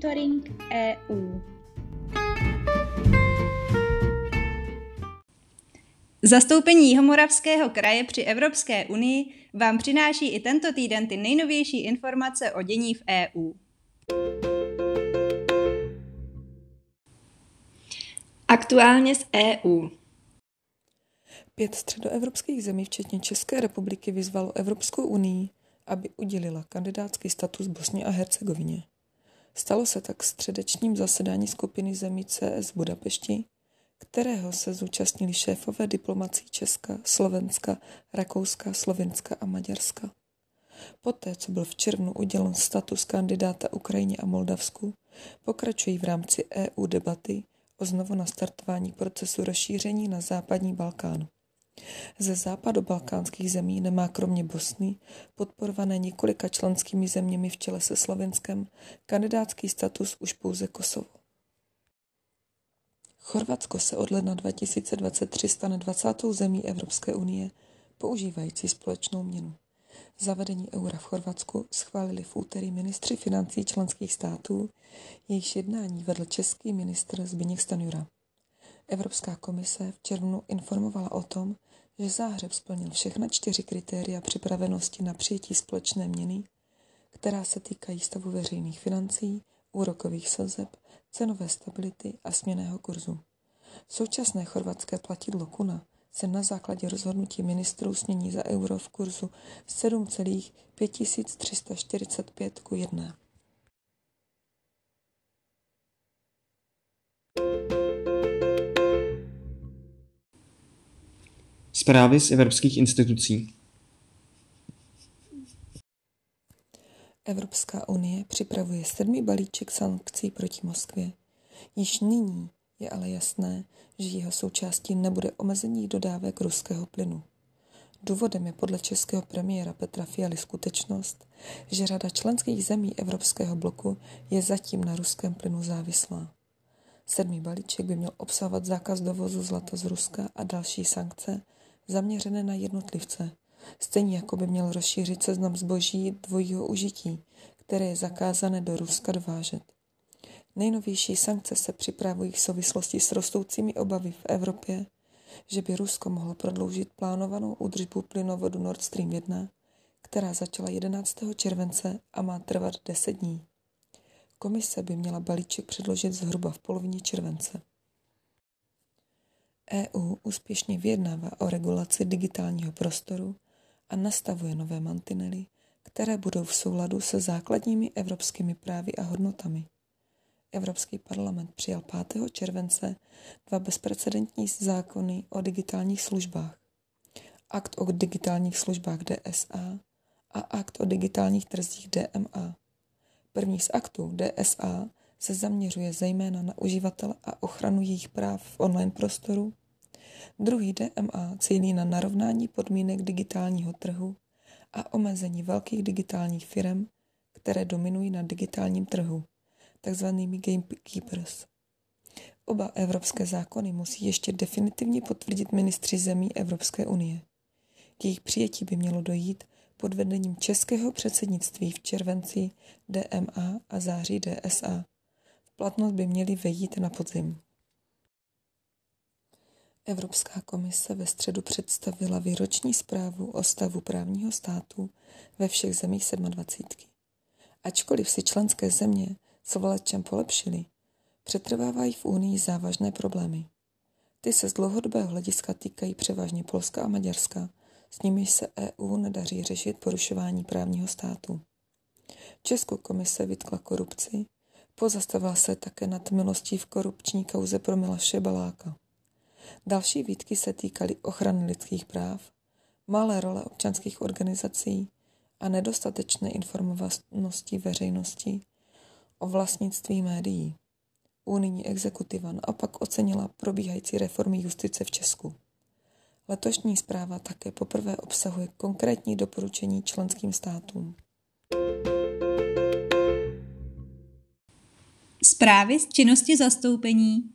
Monitoring EU. Zastoupení Jihomoravského kraje při Evropské unii vám přináší i tento týden ty nejnovější informace o dění v EU. Aktuálně z EU. 5 středoevropských zemí, včetně České republiky, vyzvalo Evropskou unii, aby udělila kandidátský status Bosně a Hercegovině. Stalo se tak středečním zasedání skupiny zemí CS v Budapešti, kterého se zúčastnili šéfové diplomací Česka, Slovenska, Rakouska, Slovinska a Maďarska. Poté, co byl v červnu udělen status kandidáta Ukrajině a Moldavsku, pokračují v rámci EU debaty o znovu nastartování procesu rozšíření na západní Balkán. Ze západobalkánských zemí nemá kromě Bosny, podporované několika členskými zeměmi v čele se Slovinskem, kandidátský status už pouze Kosovo. Chorvatsko se od ledna 2023 stane 20. zemí Evropské unie, používající společnou měnu. Zavedení eura v Chorvatsku schválili v úterý ministři financí členských států, jejichž jednání vedl český ministr Zbyněk Stanjura. Evropská komise v červnu informovala o tom, že Záhřeb splnil všechna 4 kritéria připravenosti na přijetí společné měny, která se týkají stavu veřejných financí, úrokových sazeb, cenové stability a směnného kurzu. Současné chorvatské platidlo kuna se na základě rozhodnutí ministrů smění za euro v kurzu 7,5345 ku 1. Zprávy z evropských institucí. Evropská unie připravuje 7. balíček sankcí proti Moskvě. Již nyní je ale jasné, že jeho součástí nebude omezení dodávek ruského plynu. Důvodem je podle českého premiéra Petra Fialy skutečnost, že řada členských zemí Evropského bloku je zatím na ruském plynu závislá. 7. balíček by měl obsahovat zákaz dovozu zlata z Ruska a další sankce zaměřené na jednotlivce, stejně jako by měl rozšířit seznam zboží dvojího užití, které je zakázané do Ruska dovážet. Nejnovější sankce se připravují v souvislosti s rostoucími obavy v Evropě, že by Rusko mohlo prodloužit plánovanou údržbu plynovodu Nord Stream 1, která začala 11. července a má trvat 10 dní. Komise by měla balíček předložit zhruba v polovině července. EU úspěšně vyjednává o regulaci digitálního prostoru a nastavuje nové mantinely, které budou v souladu se základními evropskými právy a hodnotami. Evropský parlament přijal 5. července 2 bezprecedentní zákony o digitálních službách. Akt o digitálních službách DSA a akt o digitálních trzích DMA. První z aktů DSA se zaměřuje zejména na uživatele a ochranu jejich práv v online prostoru. Druhý DMA cílí na narovnání podmínek digitálního trhu a omezení velkých digitálních firem, které dominují na digitálním trhu, takzvanými gatekeepers. Oba evropské zákony musí ještě definitivně potvrdit ministři zemí Evropské unie. K jejich přijetí by mělo dojít pod vedením českého předsednictví v červenci DMA a září DSA. V platnost by měly vejít na podzim. Evropská komise ve středu představila výroční zprávu o stavu právního státu ve všech zemích 27. Ačkoliv si členské země s volečem polepšily, přetrvávají v Unii závažné problémy. Ty se z dlouhodobého hlediska týkají převážně Polska a Maďarska, s nimiž se EU nedaří řešit porušování právního státu. Českou komise vytkla korupci, pozastavila se také nad milostí v korupční kauze pro Miloše Baláka. Další výtky se týkaly ochrany lidských práv, malé role občanských organizací a nedostatečné informovanosti veřejnosti o vlastnictví médií. Unijní exekutiva naopak ocenila probíhající reformy justice v Česku. Letošní zpráva také poprvé obsahuje konkrétní doporučení členským státům. Zprávy z činnosti zastoupení.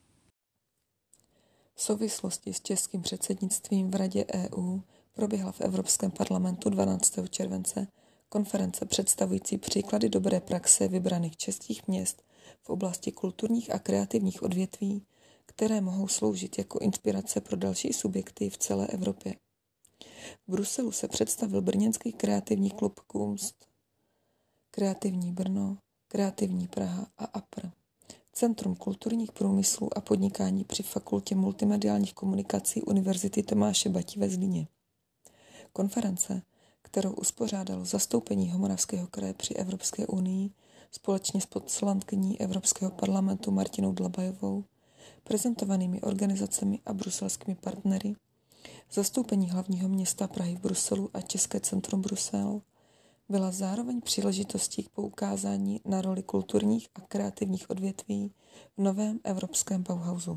V souvislosti s českým předsednictvím v Radě EU proběhla v Evropském parlamentu 12. července Konference představující příklady dobré praxe vybraných českých měst v oblasti kulturních a kreativních odvětví, které mohou sloužit jako inspirace pro další subjekty v celé Evropě. V Bruselu se představil brněnský kreativní klub Kunst, Kreativní Brno, Kreativní Praha a APR, Centrum kulturních průmyslů a podnikání při Fakultě multimediálních komunikací Univerzity Tomáše Bati ve Zlíně. Konference, kterou uspořádalo zastoupení Jihomoravského kraje při Evropské unii společně s poslankyní Evropského parlamentu Martinou Dlabajovou, prezentovanými organizacemi a bruselskými partnery, zastoupení hlavního města Prahy v Bruselu a České centrum Brusel, byla zároveň příležitostí k poukázání na roli kulturních a kreativních odvětví v novém evropském Bauhausu.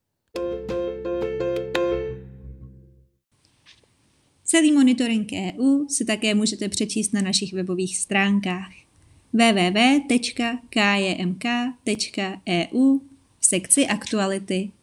Celý monitoring EU si také můžete přečíst na našich webových stránkách www.kjmk.eu v sekci Aktuality.